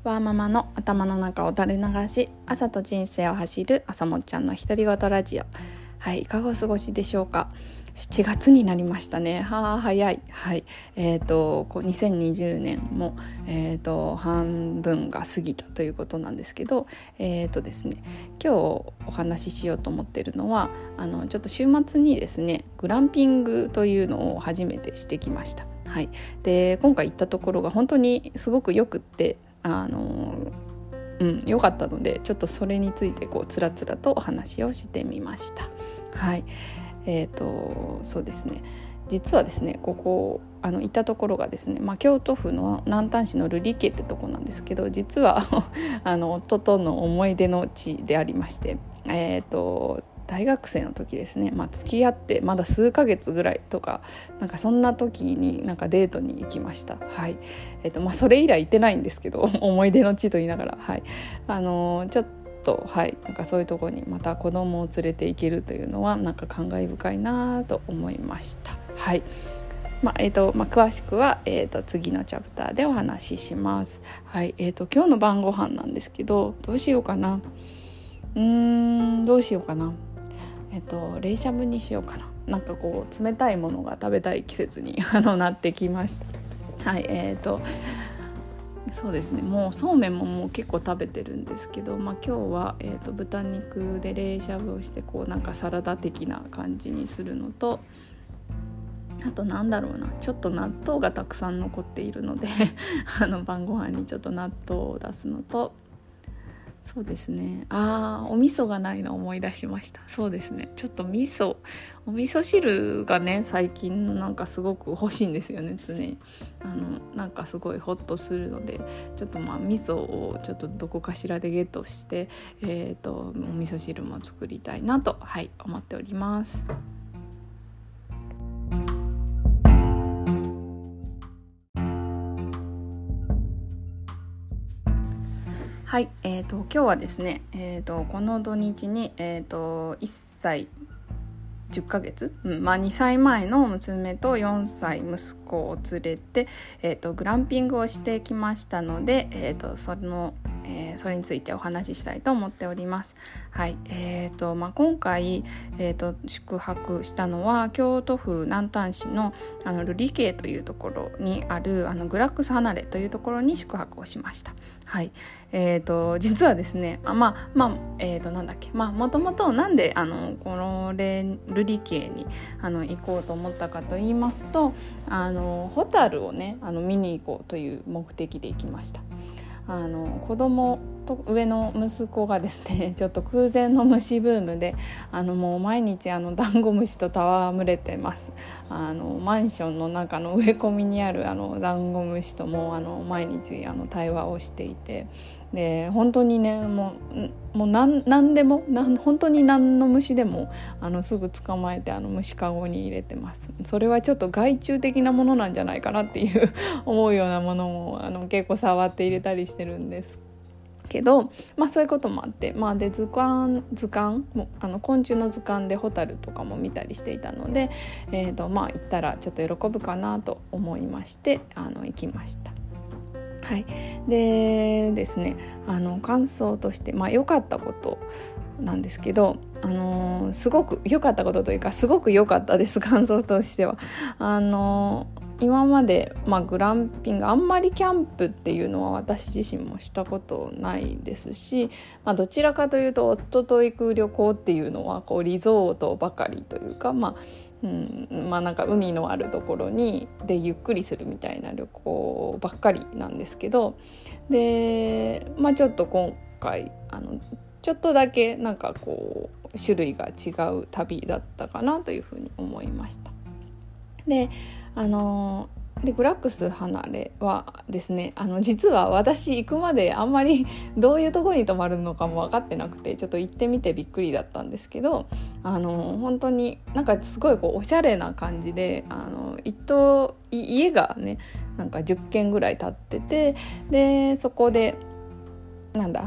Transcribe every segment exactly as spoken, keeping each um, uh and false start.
ワーママの頭の中を垂れ流し、朝と人生を走る朝もっちゃんの独り言ラジオ。はい、いかがお過ごしでしょうか。しちがつになりましたね。はあ、早い。はい、えーとこうにせんにじゅうねんも、えーと半分が過ぎたということなんですけど、えーとですね今日お話ししようと思っているのは、あのちょっと週末にですねグランピングというのを初めてしてきました。はい、で今回行ったところが本当にすごくよくって、あのうん、良かったので、ちょっとそれについてこうつらつらとお話をしてみました。はい、えーとそうですね実はですねここあの行ったところがですね、まあ、京都府の南丹市の瑠璃家ってとこなんですけど、実はあの夫との思い出の地でありまして、えーと大学生の時ですね、まあ、付き合ってまだ数ヶ月ぐらいとか、なんかそんな時になんかデートに行きました。はい、えーとまあ、それ以来行ってないんですけど思い出の地と言いながら、はい、あのー、ちょっとはい、なんかそういうところにまた子供を連れて行けるというのはなんか感慨深いなと思いました。はい、まあえーとまあ、詳しくは、えーと次のチャプターでお話しします。はい、えーと今日の晩ご飯なんですけど、どうしようかなうーんどうしようかなえっと冷しゃぶにしようかな。なんかこう冷たいものが食べたい季節にあのなってきました。はい、えーとそうですねもうそうめんももう結構食べてるんですけど、まあ、今日は、えーと豚肉で冷しゃぶをして、こうなんかサラダ的な感じにするのと、あとなんだろうなちょっと納豆がたくさん残っているのであの晩ご飯にちょっと納豆を出すのと、そうですねあーお味噌がないのを思い出しました。そうですねちょっと味噌お味噌汁がね最近なんかすごく欲しいんですよね。常にあのなんかすごいホッとするので、ちょっとまあ味噌をちょっとどこかしらでゲットして、えーとお味噌汁も作りたいなと、はい、思っております。はい、えーと今日はですね、えーとこの土日に、えーといっさいじゅっかげつ、うんまあ、にさいまえの娘とよんさい息子を連れて、えーとグランピングをしてきましたので、えーとそのえー、それについてお話ししたいと思っております。はい、えーとまあ、今回、えーと宿泊したのは京都府南丹市のあの瑠璃家というところにあるあのグラックス離れというところに宿泊をしました。はい、えーと実はですねあまあまあえーとなんだっけまあもともとなんであのこの瑠璃家にあの行こうと思ったかと言いますと、あのホタルをねあの見に行こうという目的で行きました。あの子供と上の息子がですねちょっと空前の虫ブームで、あのもう毎日あのダンゴムシと戯れてます。あのマンションの中の植え込みにあるあのダンゴムシともあの毎日あの対話をしていて、で本当にねもうもう何何でもなん本当に何の虫でもあのすぐ捕まえてあの虫かごに入れてます。それはちょっと害虫的なものなんじゃないかなっていう思うようなものもあの結構触って入れたりしてるんですけど、まあそういうこともあって、まあ、で図鑑図鑑もあの昆虫の図鑑でホタルとかも見たりしていたので、えーとまあ、行ったらちょっと喜ぶかなと思いましてあの行きました。はい、でですねあの感想としてまあ良かったことなんですけど、あのー、すごく良かったことというかすごく良かったです感想としては。あのー今まで、まあ、グランピングあんまりキャンプっていうのは私自身もしたことないですし、まあ、どちらかというと夫と行く旅行っていうのはこうリゾートばかりというか、まあうんまあ、なんか海のあるところにでゆっくりするみたいな旅行ばっかりなんですけど、で、まあ、ちょっと今回あのちょっとだけなんかこう種類が違う旅だったかなというふうに思いました。であのでグラックス離れはですねあの実は私行くまであんまりどういうところに泊まるのかも分かってなくて、ちょっと行ってみてびっくりだったんですけど、あの本当になんかすごいこうおしゃれな感じで、あの一棟家がねなんかじゅっけんぐらい建ってて、でそこでなんだ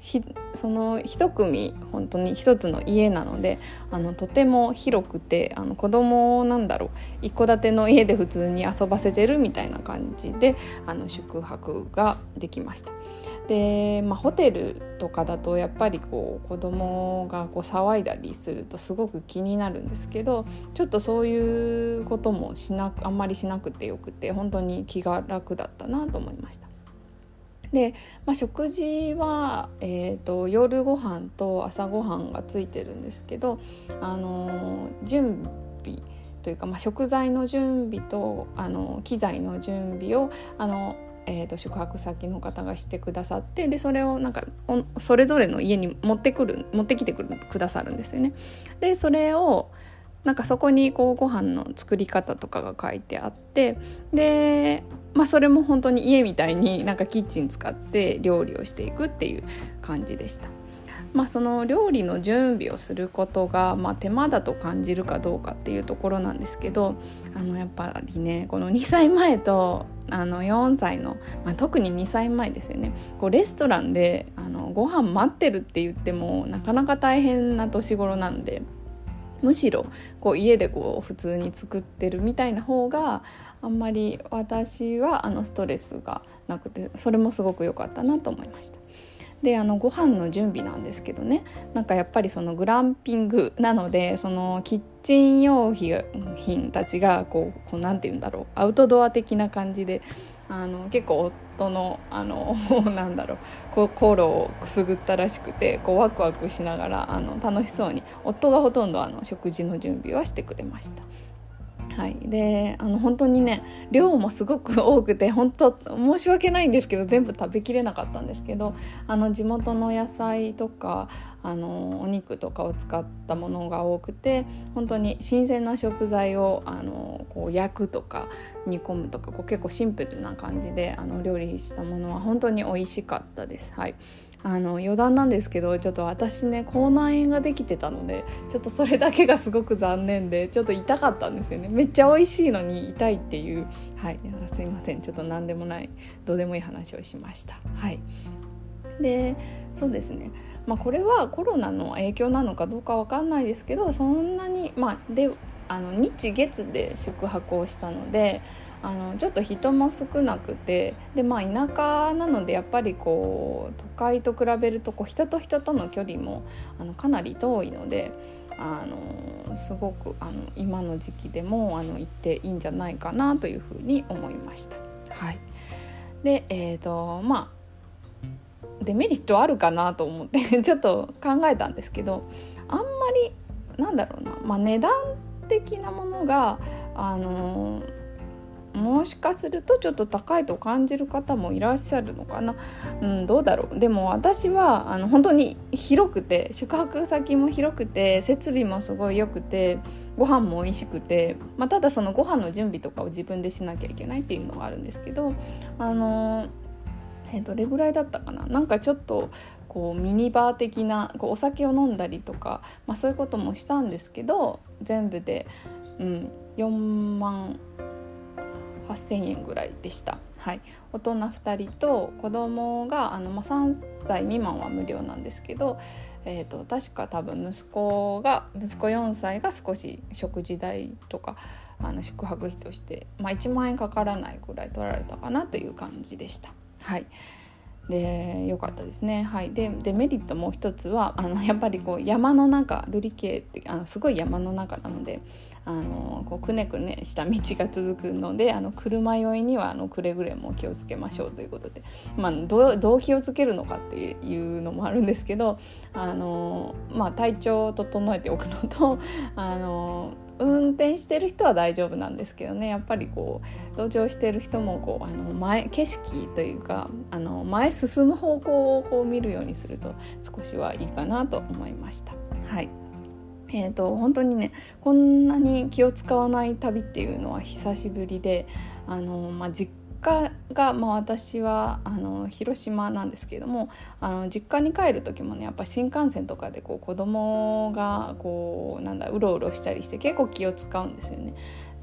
ひその一組本当に一つの家なので、あのとても広くて、あの子供なんだろう一戸建ての家で普通に遊ばせてるみたいな感じであの宿泊ができました。で、まあ、ホテルとかだとやっぱりこう子供がこう騒いだりするとすごく気になるんですけど、ちょっとそういうこともしなあんまりしなくてよくて、本当に気が楽だったなと思いました。で、まあ、食事は、えーと、夜ご飯と朝ご飯がついてるんですけど、あの準備というか、まあ、食材の準備とあの機材の準備をあのえー、と宿泊先の方がしてくださって、でそれをなんかそれぞれの家に持ってくる持ってきてくるくださるんですよね。でそれをなんかそこにこうご飯の作り方とかが書いてあって、で、まあ、それも本当に家みたいになんかキッチン使って料理をしていくっていう感じでした。まあ、その料理の準備をすることが、まあ、手間だと感じるかどうかっていうところなんですけど、あのやっぱりねこのにさいまえとあのよんさいの、まあ、特ににさいまえですよね、こうレストランであのご飯待ってるって言ってもなかなか大変な年頃なので、むしろこう家でこう普通に作ってるみたいな方があんまり私はあのストレスがなくて、それもすごく良かったなと思いました。であのご飯の準備なんですけどね、なんかやっぱりそのグランピングなので、そのキッチン用品たちがこう、こうなんていうんだろうアウトドア的な感じで、あの結構夫のあのなんだろうこう心をくすぐったらしくて、こうワクワクしながらあの楽しそうに夫がほとんどあの食事の準備はしてくれました。はい、であの本当にね量もすごく多くて、本当申し訳ないんですけど全部食べきれなかったんですけど、あの地元の野菜とかあのお肉とかを使ったものが多くて、本当に新鮮な食材をあのこう焼くとか煮込むとか、こう結構シンプルな感じであの料理したものは本当に美味しかったです。はい、あの余談なんですけど、ちょっと私ね口内炎ができてたので、ちょっとそれだけがすごく残念で、ちょっと痛かったんですよね。めっちゃ美味しいのに痛いっていう、はい、すいません、ちょっと何でもないどうでもいい話をしました。はい、でそうですね、まあ、これはコロナの影響なのかどうかわかんないですけど、そんなにまあであの日月で宿泊をしたので、あのちょっと人も少なくて、で、まあ、田舎なのでやっぱりこう都会と比べるとこう人と人との距離もあのかなり遠いので、あのすごくあの今の時期でもあの行っていいんじゃないかなというふうに思いました。はい、で、えーとまあ、デメリットあるかなと思ってちょっと考えたんですけど、あんまりなんだろうな、まあ、値段的なものがあのもしかするとちょっと高いと感じる方もいらっしゃるのかな、うん、どうだろう。でも私はあの本当に広くて、宿泊先も広くて、設備もすごい良くて、ご飯も美味しくて、まあ、ただそのご飯の準備とかを自分でしなきゃいけないっていうのがあるんですけど、あのえどれぐらいだったかな、なんかちょっとこうミニバー的なこうお酒を飲んだりとか、まあ、そういうこともしたんですけど、全部で、うん、よんまんはっせんえんぐらいでした。はい、大人ふたりと子供があの、まあ、さんさい未満は無料なんですけど、えーと、確か多分息子が息子よんさいが少し食事代とかあの宿泊費として、まあ、いちまんえんかからないぐらい取られたかなという感じでした。はい、で良かったですね。はい、でデメリットもう一つはあのやっぱりこう山の中、ルリケってあのすごい山の中なので、あのこうくねくねした道が続くので、あの車酔いにはあのくれぐれも気をつけましょうということで、まあ、どう、どう気をつけるのかっていうのもあるんですけど、あの、まあ、体調を整えておくのと、あの運転してる人は大丈夫なんですけどね、やっぱりこう同乗してる人もこうあの前景色というかあの前進む方向をこう見るようにすると少しはいいかなと思いました。はい、えーと、本当にねこんなに気を使わない旅っていうのは久しぶりで、あの、まあ、実家が、まあ、私はあの広島なんですけれども、あの実家に帰る時もねやっぱ新幹線とかでこう子供がこうなんだうろうろしたりして結構気を使うんですよね。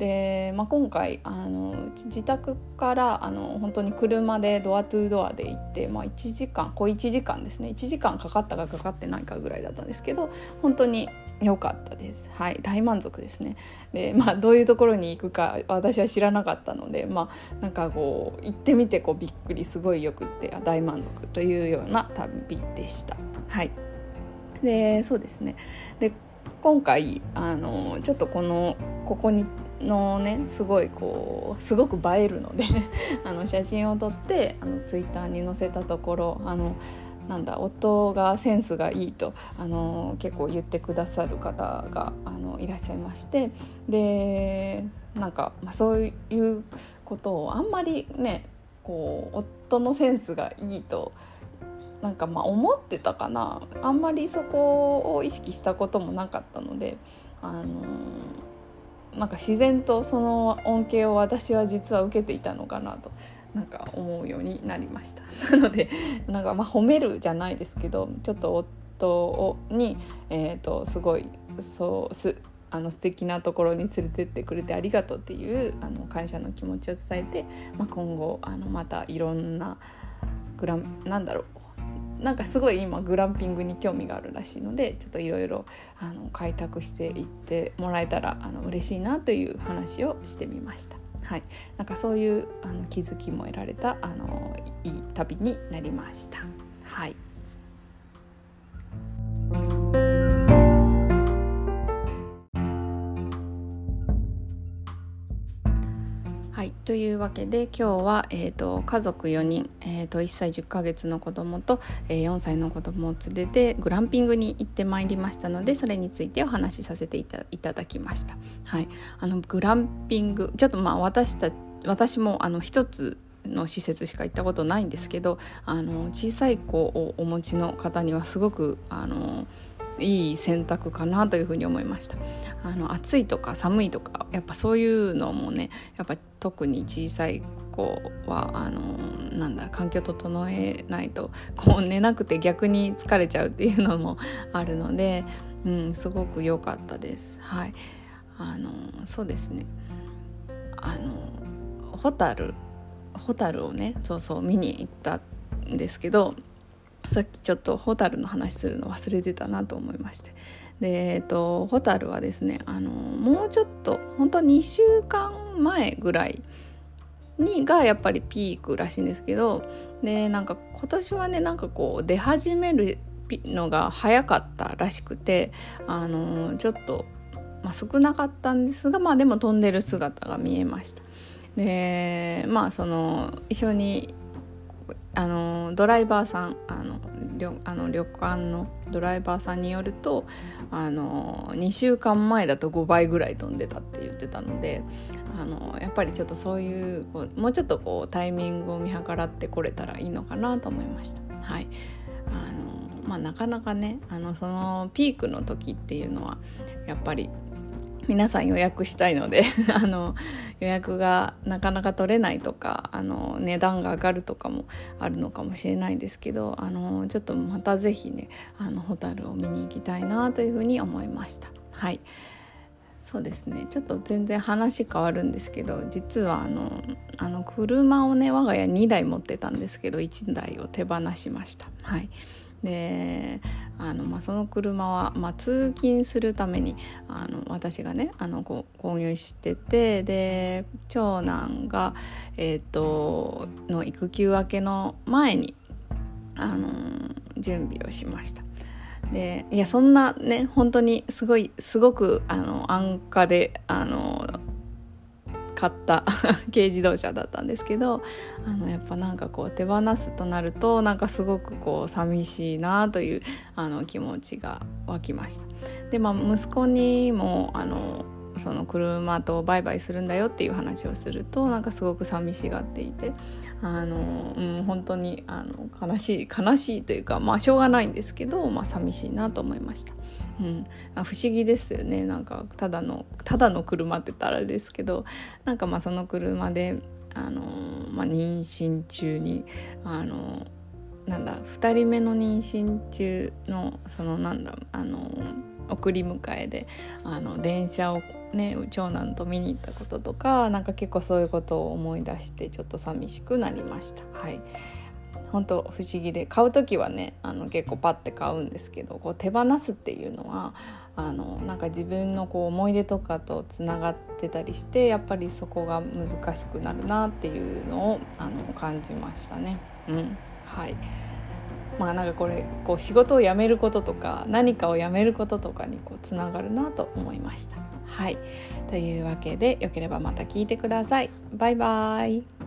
で、まあ、今回あの自宅からあの本当に車でドアトゥードアで行って、まあ、いちじかん小いちじかんですねいちじかんかかったかかかってないかぐらいだったんですけど、本当に良かったです。はい、大満足ですね。で、まあ、どういうところに行くか私は知らなかったので、まあ、なんかこう行ってみてこうびっくりすごいよくって大満足というような旅でした。はい。で、そうですね。で、今回あのちょっとこのここにのねすごいこうすごく映えるのであの写真を撮ってあのツイッターに載せたところ、あのなんだ夫がセンスがいいとあの結構言ってくださる方があのいらっしゃいまして、でなんか、まあ、そういうことをあんまりねこう夫のセンスがいいとなんかまあ思ってたかな、あんまりそこを意識したこともなかったので、あのなんか自然とその恩恵を私は実は受けていたのかなとなんか思うようになりました。なのでなんかまあ褒めるじゃないですけど、ちょっと夫に、えー、とすごいそうすあの素敵なところに連れてってくれてありがとうっていうあの感謝の気持ちを伝えて、まあ、今後あのまたいろんなグランなんだろうなんかすごい今グランピングに興味があるらしいので、ちょっといろいろ開拓していってもらえたらあの嬉しいなという話をしてみました。はい、なんかそういうあの気づきも得られたあのいい旅になりました。はい。はい、というわけで今日は、えーと、家族よにん、えーと、いっさいじゅっかげつの子供と、えー、よんさいの子供を連れてグランピングに行ってまいりましたので、それについてお話しさせてい た, いただきました。はい、あのグランピングちょっとまあ私た私もあの一つの施設しか行ったことないんですけど、あの小さい子をお持ちの方にはすごくあのいい選択かなというふうに思いました。あの暑いとか寒いとかやっぱそういうのもね、やっぱ特に小さい子はあのなんだ環境整えないとこう寝なくて逆に疲れちゃうっていうのもあるので、うん、すごく良かったです。はい、あのそうですね。あのホタルホタルをねそうそう見に行ったんですけど、さっきちょっとホタルの話するの忘れてたなと思いまして、で、えっと、ホタルはですねあのもうちょっと本当にしゅうかんまえぐらいにがやっぱりピークらしいんですけど、でなんか今年はねなんかこう出始めるのが早かったらしくて、あのちょっと、まあ、少なかったんですが、まあ、でも飛んでる姿が見えました。でまあその一緒にあのドライバーさんあの 旅, あの旅館のドライバーさんによるとあのにしゅうかんまえだとごばいぐらい飛んでたって言ってたので、あのやっぱりちょっとそういう、こうもうちょっとこうタイミングを見計らってこれたらいいのかなと思いました。はい、あの、まあ、なかなかねあのそのピークの時っていうのはやっぱり皆さん予約したいのであの予約がなかなか取れないとかあの値段が上がるとかもあるのかもしれないですけど、あのちょっとまたぜひねあのホタルを見に行きたいなというふうに思いました。はい、そうですね。ちょっと全然話変わるんですけど、実はあのあの車をね我が家にだい持ってたんですけどいちだいを手放しました。はい。であの、まあ、その車は、まあ、通勤するためにあの私がねあのこう購入してて、で長男が、えー、との育休明けの前にあの準備をしました。でいやそんなね本当にすごいすごくあの安価であの買った軽自動車だったんですけど、あのやっぱなんかこう手放すとなるとなんかすごくこう寂しいなというあの気持ちが湧きました。でまあ息子にもあのその車とバイバイするんだよっていう話をするとなんかすごく寂しがっていて、あの、うん、本当にあの悲しい悲しいというかまあしょうがないんですけど、まあ寂しいなと思いました。うん、不思議ですよね。なんかただのただの車って言ったらあれですけど、なんかまあその車であの、まあ、妊娠中にあのなんだふたりめの妊娠中のそのなんだあの送り迎えであの電車をね長男と見に行ったこととか、なんか結構そういうことを思い出してちょっと寂しくなりました。はい、本当不思議で、買う時はねあの結構パッて買うんですけど、こう手放すっていうのはあのなんか自分のこう思い出とかとつながってたりして、やっぱりそこが難しくなるなっていうのをあの感じましたね。うん、はい。まあなんかこれこう仕事を辞めることとか何かを辞めることとかにこうつながるなと思いました。はい。というわけでよければまた聞いてください。バイバイ。